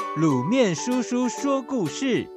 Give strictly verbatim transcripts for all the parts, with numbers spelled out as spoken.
卤面叔叔说故事。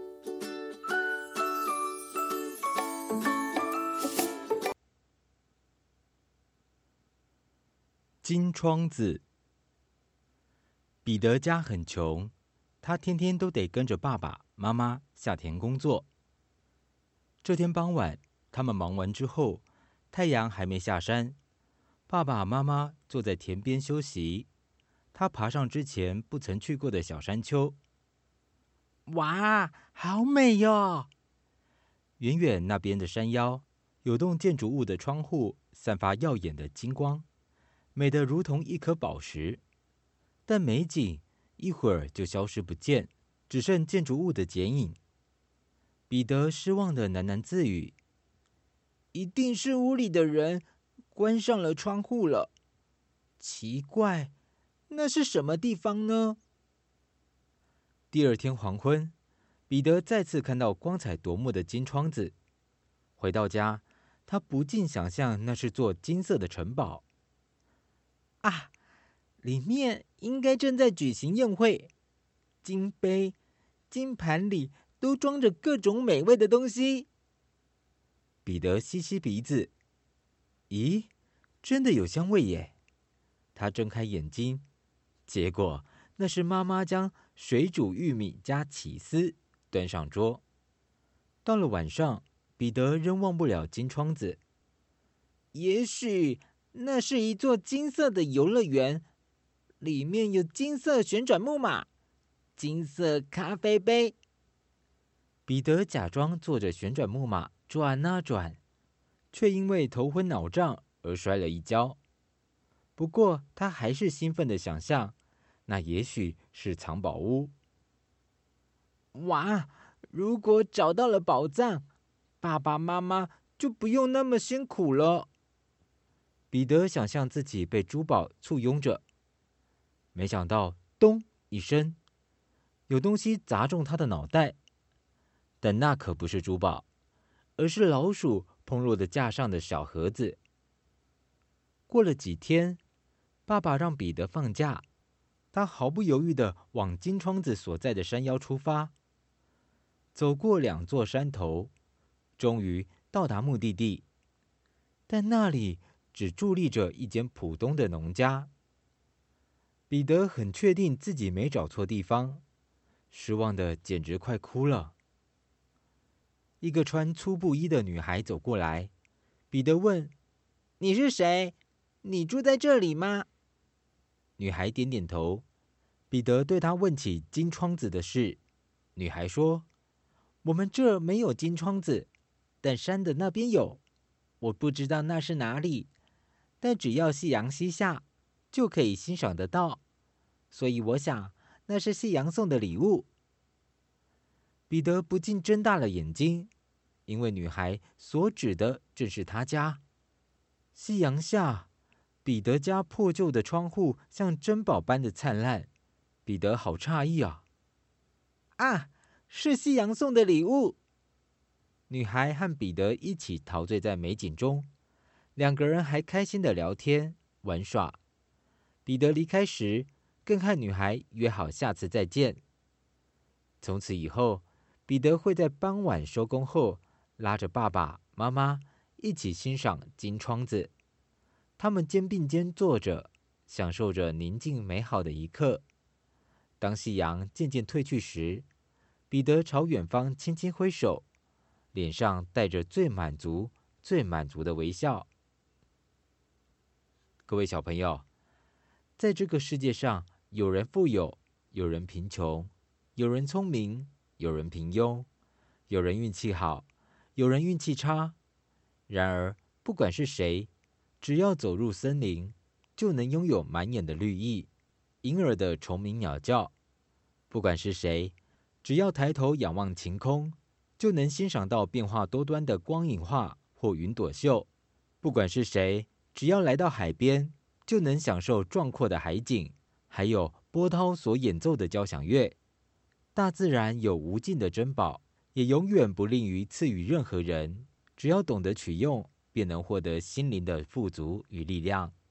金窗子。彼得家很穷，他天天都得跟着爸爸妈妈下田工作。这天傍晚，他们忙完之后，太阳还没下山，爸爸妈妈坐在田边休息。他爬上之前不曾去过的小山丘。哇，好美哟！远远那边的山腰，有栋建筑物的窗户散发耀眼的金光，美得如同一颗宝石。但美景一会儿就消失不见，只剩建筑物的剪影。彼得失望地喃喃自语：一定是屋里的人关上了窗户了。奇怪，那是什么地方呢？第二天黄昏，彼得再次看到光彩夺目的金窗子。回到家，他不禁想象那是座金色的城堡。啊，里面应该正在举行宴会，金杯、金盘里都装着各种美味的东西。彼得吸吸鼻子，咦，真的有香味耶！他睁开眼睛，结果那是妈妈将水煮玉米加起司端上桌。到了晚上，彼得仍忘不了金窗子。也许那是一座金色的游乐园，里面有金色旋转木马、金色咖啡杯。彼得假装坐着旋转木马转啊转，却因为头昏脑胀而摔了一跤。不过他还是兴奋地想象，那也许是藏宝屋。哇，如果找到了宝藏，爸爸妈妈就不用那么辛苦了。彼得想象自己被珠宝簇拥着，没想到咚一声，有东西砸中他的脑袋。但那可不是珠宝，而是老鼠碰落的架上的小盒子。过了几天，爸爸让彼得放假，他毫不犹豫地往金窗子所在的山腰出发。走过两座山头，终于到达目的地。但那里只伫立着一间普通的农家。彼得很确定自己没找错地方，失望的简直快哭了。一个穿粗布衣的女孩走过来，彼得问：你是谁？你住在这里吗？女孩点点头。彼得对她问起金窗子的事。女孩说：我们这没有金窗子，但山的那边有。我不知道那是哪里，但只要夕阳西下，就可以欣赏得到。所以我想，那是夕阳送的礼物。彼得不禁睁大了眼睛，因为女孩所指的正是他家。夕阳下，彼得家破旧的窗户像珍宝般的灿烂。彼得好诧异啊！啊，是夕阳送的礼物！女孩和彼得一起陶醉在美景中，两个人还开心地聊天玩耍。彼得离开时，更和女孩约好下次再见。从此以后，彼得会在傍晚收工后，拉着爸爸妈妈一起欣赏金窗子。他们肩并肩坐着，享受着宁静美好的一刻。当夕阳渐渐褪去时，彼得朝远方轻轻挥手，脸上带着最满足、最满足的微笑。各位小朋友，在这个世界上，有人富有，有人贫穷，有人聪明，有人平庸，有人运气好，有人运气差。然而，不管是谁，只要走入森林，就能拥有满眼的绿意，银耳的虫鸣鸟叫。不管是谁，只要抬头仰望晴空，就能欣赏到变化多端的光影画或云朵秀。不管是谁，只要来到海边，就能享受壮阔的海景，还有波涛所演奏的交响乐。大自然有无尽的珍宝，也永远不吝于赐予任何人。只要懂得取用，便能获得心灵的富足与力量。